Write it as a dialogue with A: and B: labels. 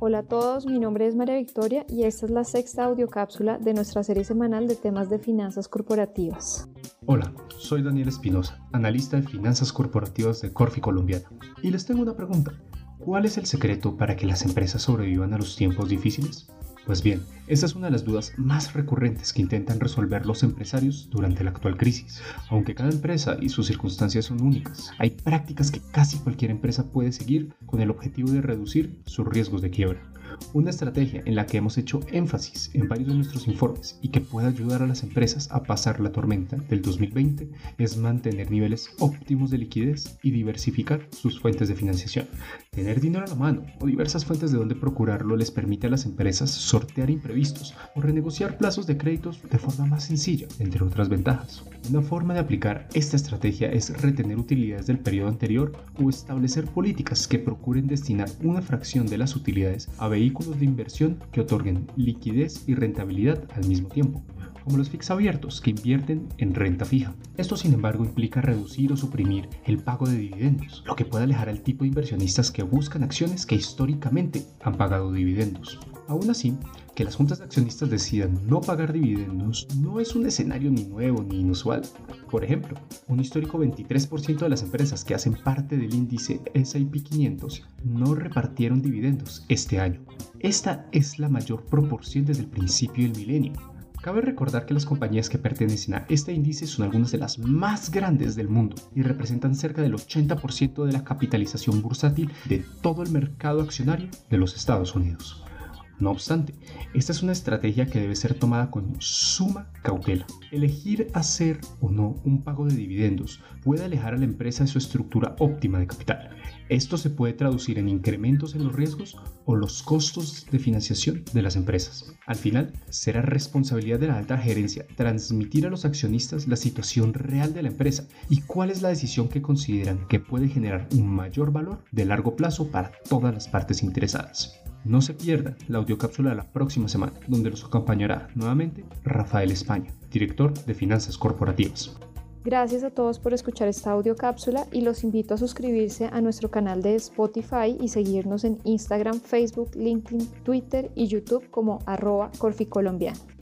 A: Hola a todos, mi nombre es María Victoria y esta es la sexta audiocápsula de nuestra serie semanal de temas de finanzas corporativas.
B: Hola, soy Daniel Espinosa, analista de finanzas corporativas de Corfi Colombiana, y les tengo una pregunta. ¿Cuál es el secreto para que las empresas sobrevivan a los tiempos difíciles? Pues bien, esta es una de las dudas más recurrentes que intentan resolver los empresarios durante la actual crisis. Aunque cada empresa y sus circunstancias son únicas, hay prácticas que casi cualquier empresa puede seguir con el objetivo de reducir sus riesgos de quiebra. Una estrategia en la que hemos hecho énfasis en varios de nuestros informes y que puede ayudar a las empresas a pasar la tormenta del 2020 es mantener niveles óptimos de liquidez y diversificar sus fuentes de financiación. Tener dinero a la mano o diversas fuentes de donde procurarlo les permite a las empresas sortear imprevistos o renegociar plazos de créditos de forma más sencilla, entre otras ventajas. Una forma de aplicar esta estrategia es retener utilidades del periodo anterior o establecer políticas que procuren destinar una fracción de las utilidades a vehículos de inversión que otorguen liquidez y rentabilidad al mismo tiempo, como los fixabiertos que invierten en renta fija. Esto, sin embargo, implica reducir o suprimir el pago de dividendos, lo que puede alejar al tipo de inversionistas que buscan acciones que históricamente han pagado dividendos. Aún así, que las juntas de accionistas decidan no pagar dividendos no es un escenario ni nuevo ni inusual. Por ejemplo, un histórico 23% de las empresas que hacen parte del índice S&P 500 no repartieron dividendos este año. Esta es la mayor proporción desde el principio del milenio. Cabe recordar que las compañías que pertenecen a este índice son algunas de las más grandes del mundo y representan cerca del 80% de la capitalización bursátil de todo el mercado accionario de los Estados Unidos. No obstante, esta es una estrategia que debe ser tomada con suma cautela. Elegir hacer o no un pago de dividendos puede alejar a la empresa de su estructura óptima de capital. Esto se puede traducir en incrementos en los riesgos o los costos de financiación de las empresas. Al final, será responsabilidad de la alta gerencia transmitir a los accionistas la situación real de la empresa y cuál es la decisión que consideran que puede generar un mayor valor de largo plazo para todas las partes interesadas. No se pierdan la audiocápsula de la próxima semana, donde los acompañará nuevamente Rafael España, director de Finanzas Corporativas.
A: Gracias a todos por escuchar esta audiocápsula y los invito a suscribirse a nuestro canal de Spotify y seguirnos en Instagram, Facebook, LinkedIn, Twitter y YouTube como @corficolombiana.